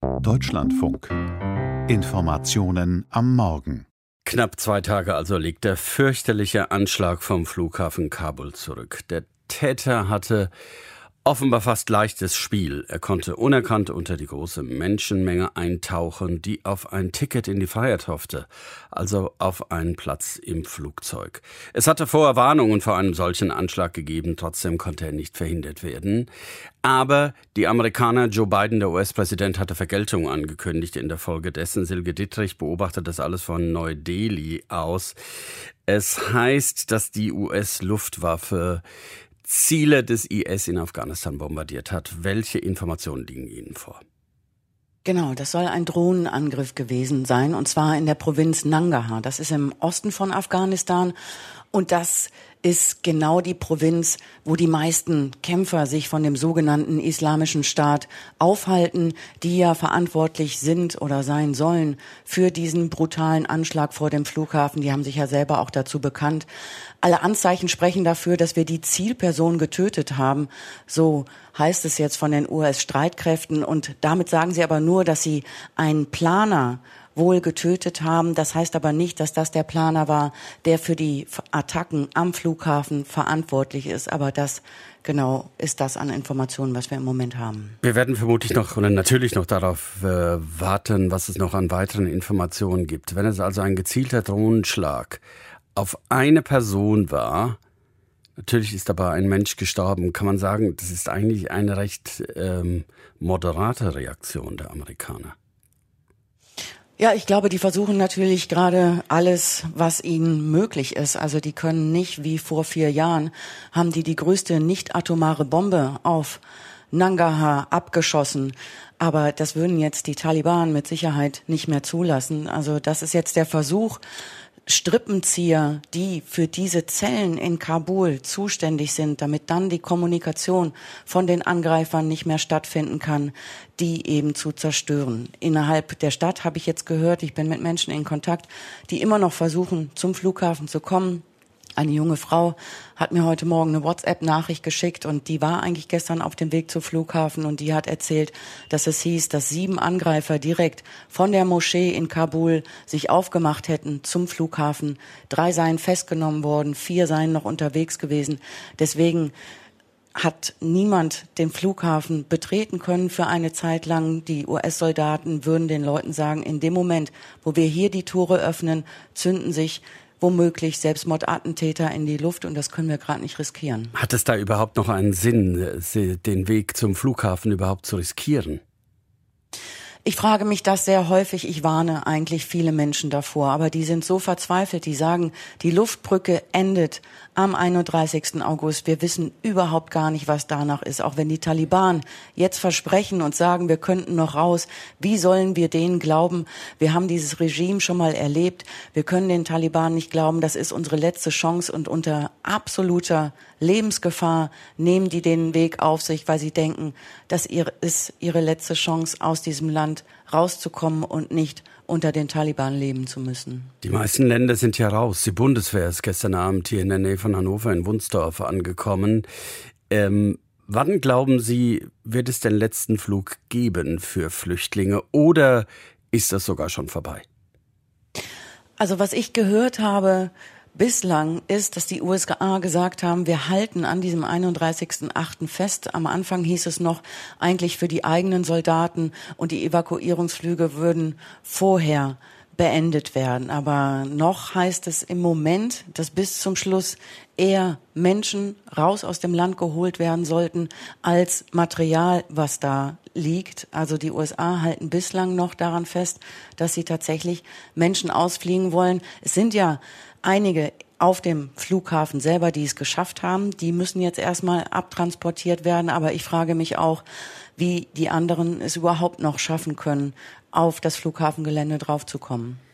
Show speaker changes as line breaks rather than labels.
Deutschlandfunk. Informationen am Morgen.
Knapp 2 Tage also liegt der fürchterliche Anschlag vom Flughafen Kabul zurück. Der Täter hatte offenbar fast leichtes Spiel. Er konnte unerkannt unter die große Menschenmenge eintauchen, die auf ein Ticket in die Freiheit hoffte, also auf einen Platz im Flugzeug. Es hatte vorher Warnungen vor einem solchen Anschlag gegeben, trotzdem konnte er nicht verhindert werden. Aber die Amerikaner, Joe Biden, der US-Präsident, hatte Vergeltung angekündigt. In der Folge dessen, Silke Dittrich beobachtet das alles von Neu-Delhi aus. Es heißt, dass die US-Luftwaffe Ziele des IS in Afghanistan bombardiert hat. Welche Informationen liegen Ihnen vor?
Genau, das soll ein Drohnenangriff gewesen sein, und zwar in der Provinz Nangarhar. Das ist im Osten von Afghanistan, und das ist genau die Provinz, wo die meisten Kämpfer sich von dem sogenannten Islamischen Staat aufhalten, die ja verantwortlich sind oder sein sollen für diesen brutalen Anschlag vor dem Flughafen. Die haben sich ja selber auch dazu bekannt. Alle Anzeichen sprechen dafür, dass wir die Zielperson getötet haben. So heißt es jetzt von den US-Streitkräften. Und damit sagen sie aber nur, dass sie einen Planer wohl getötet haben. Das heißt aber nicht, dass das der Planer war, der für die Attacken am Flughafen verantwortlich ist. Aber das genau ist das an Informationen, was wir im Moment haben.
Wir werden vermutlich noch oder natürlich noch darauf warten, was es noch an weiteren Informationen gibt. Wenn es also ein gezielter Drohnenschlag auf eine Person war, natürlich ist dabei ein Mensch gestorben, kann man sagen, das ist eigentlich eine recht moderate Reaktion der Amerikaner.
Ja, ich glaube, die versuchen natürlich gerade alles, was ihnen möglich ist. Also die können nicht, wie vor 4 Jahren, haben die größte nicht-atomare Bombe auf Nangarhar abgeschossen. Aber das würden jetzt die Taliban mit Sicherheit nicht mehr zulassen. Also das ist jetzt der Versuch, Strippenzieher, die für diese Zellen in Kabul zuständig sind, damit dann die Kommunikation von den Angreifern nicht mehr stattfinden kann, die eben zu zerstören. Innerhalb der Stadt habe ich jetzt gehört, ich bin mit Menschen in Kontakt, die immer noch versuchen, zum Flughafen zu kommen. Eine junge Frau hat mir heute Morgen eine WhatsApp-Nachricht geschickt, und die war eigentlich gestern auf dem Weg zum Flughafen, und die hat erzählt, dass es hieß, dass 7 Angreifer direkt von der Moschee in Kabul sich aufgemacht hätten zum Flughafen. 3 seien festgenommen worden, 4 seien noch unterwegs gewesen. Deswegen hat niemand den Flughafen betreten können für eine Zeit lang. Die US-Soldaten würden den Leuten sagen, in dem Moment, wo wir hier die Tore öffnen, zünden sich womöglich Selbstmordattentäter in die Luft, und das können wir gerade nicht riskieren.
Hat es da überhaupt noch einen Sinn, den Weg zum Flughafen überhaupt zu riskieren?
Ich frage mich das sehr häufig. Ich warne eigentlich viele Menschen davor, aber die sind so verzweifelt. Die sagen, die Luftbrücke endet am 31. August. Wir wissen überhaupt gar nicht, was danach ist. Auch wenn die Taliban jetzt versprechen und sagen, wir könnten noch raus. Wie sollen wir denen glauben? Wir haben dieses Regime schon mal erlebt. Wir können den Taliban nicht glauben. Das ist unsere letzte Chance, und unter absoluter Lebensgefahr nehmen die den Weg auf sich, weil sie denken, das ist ihre letzte Chance, aus diesem Land rauszukommen und nicht unter den Taliban leben zu müssen.
Die meisten Länder sind ja raus. Die Bundeswehr ist gestern Abend hier in der Nähe von Hannover in Wunsdorf angekommen. Wann, glauben Sie, wird es den letzten Flug geben für Flüchtlinge, oder ist das sogar schon vorbei?
Also was ich gehört habe bislang ist, dass die USA gesagt haben, wir halten an diesem 31.08. fest. Am Anfang hieß es noch, eigentlich für die eigenen Soldaten, und die Evakuierungsflüge würden vorher beendet werden. Aber noch heißt es im Moment, dass bis zum Schluss eher Menschen raus aus dem Land geholt werden sollten, als Material, was da liegt. Also die USA halten bislang noch daran fest, dass sie tatsächlich Menschen ausfliegen wollen. Es sind ja einige auf dem Flughafen selber, die es geschafft haben. Die müssen jetzt erstmal abtransportiert werden. Aber ich frage mich auch, wie die anderen es überhaupt noch schaffen können, auf das Flughafengelände draufzukommen.